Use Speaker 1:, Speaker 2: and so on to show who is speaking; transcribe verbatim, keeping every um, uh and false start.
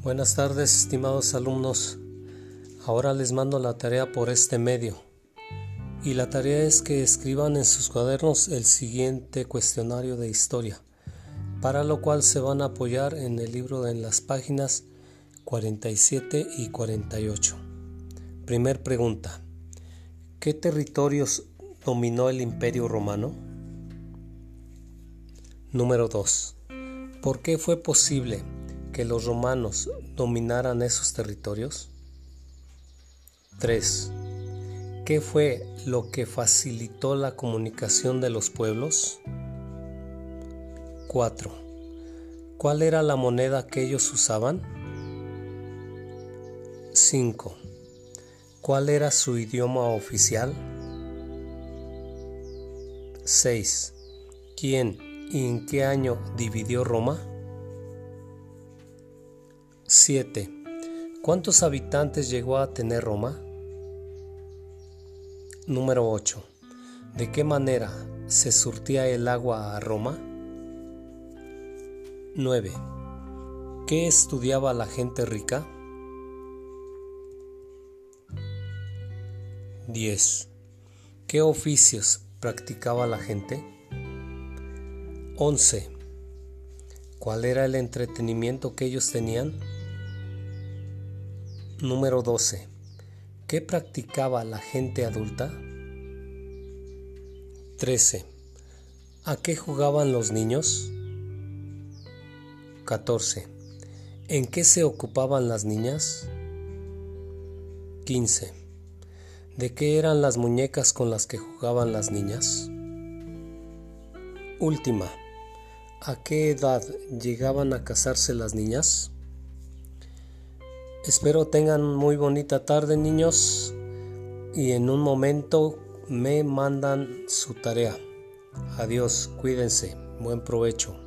Speaker 1: Buenas tardes, estimados alumnos. Ahora les mando la tarea por este medio. Y la tarea es que escriban en sus cuadernos el siguiente cuestionario de historia, para lo cual se van a apoyar en el libro en las páginas cuarenta y siete y cuarenta y ocho. Primer pregunta: ¿qué territorios dominó el Imperio Romano? Número dos. ¿Por qué fue posible que los romanos dominaran esos territorios? tres. ¿Qué fue lo que facilitó la comunicación de los pueblos? cuatro. ¿Cuál era la moneda que ellos usaban? cinco. ¿Cuál era su idioma oficial? seis. ¿Quién y en qué año dividió Roma? siete. ¿Cuántos habitantes llegó a tener Roma? Número ocho. ¿De qué manera se surtía el agua a Roma? nueve. ¿Qué estudiaba la gente rica? diez. ¿Qué oficios practicaba la gente? once. ¿Cuál era el entretenimiento que ellos tenían? Número doce. ¿Qué practicaba la gente adulta? trece. ¿A qué jugaban los niños? catorce. ¿En qué se ocupaban las niñas? quince. ¿De qué eran las muñecas con las que jugaban las niñas? Última. ¿A qué edad llegaban a casarse las niñas? Espero tengan muy bonita tarde, niños, y en un momento me mandan su tarea. Adiós, cuídense, buen provecho.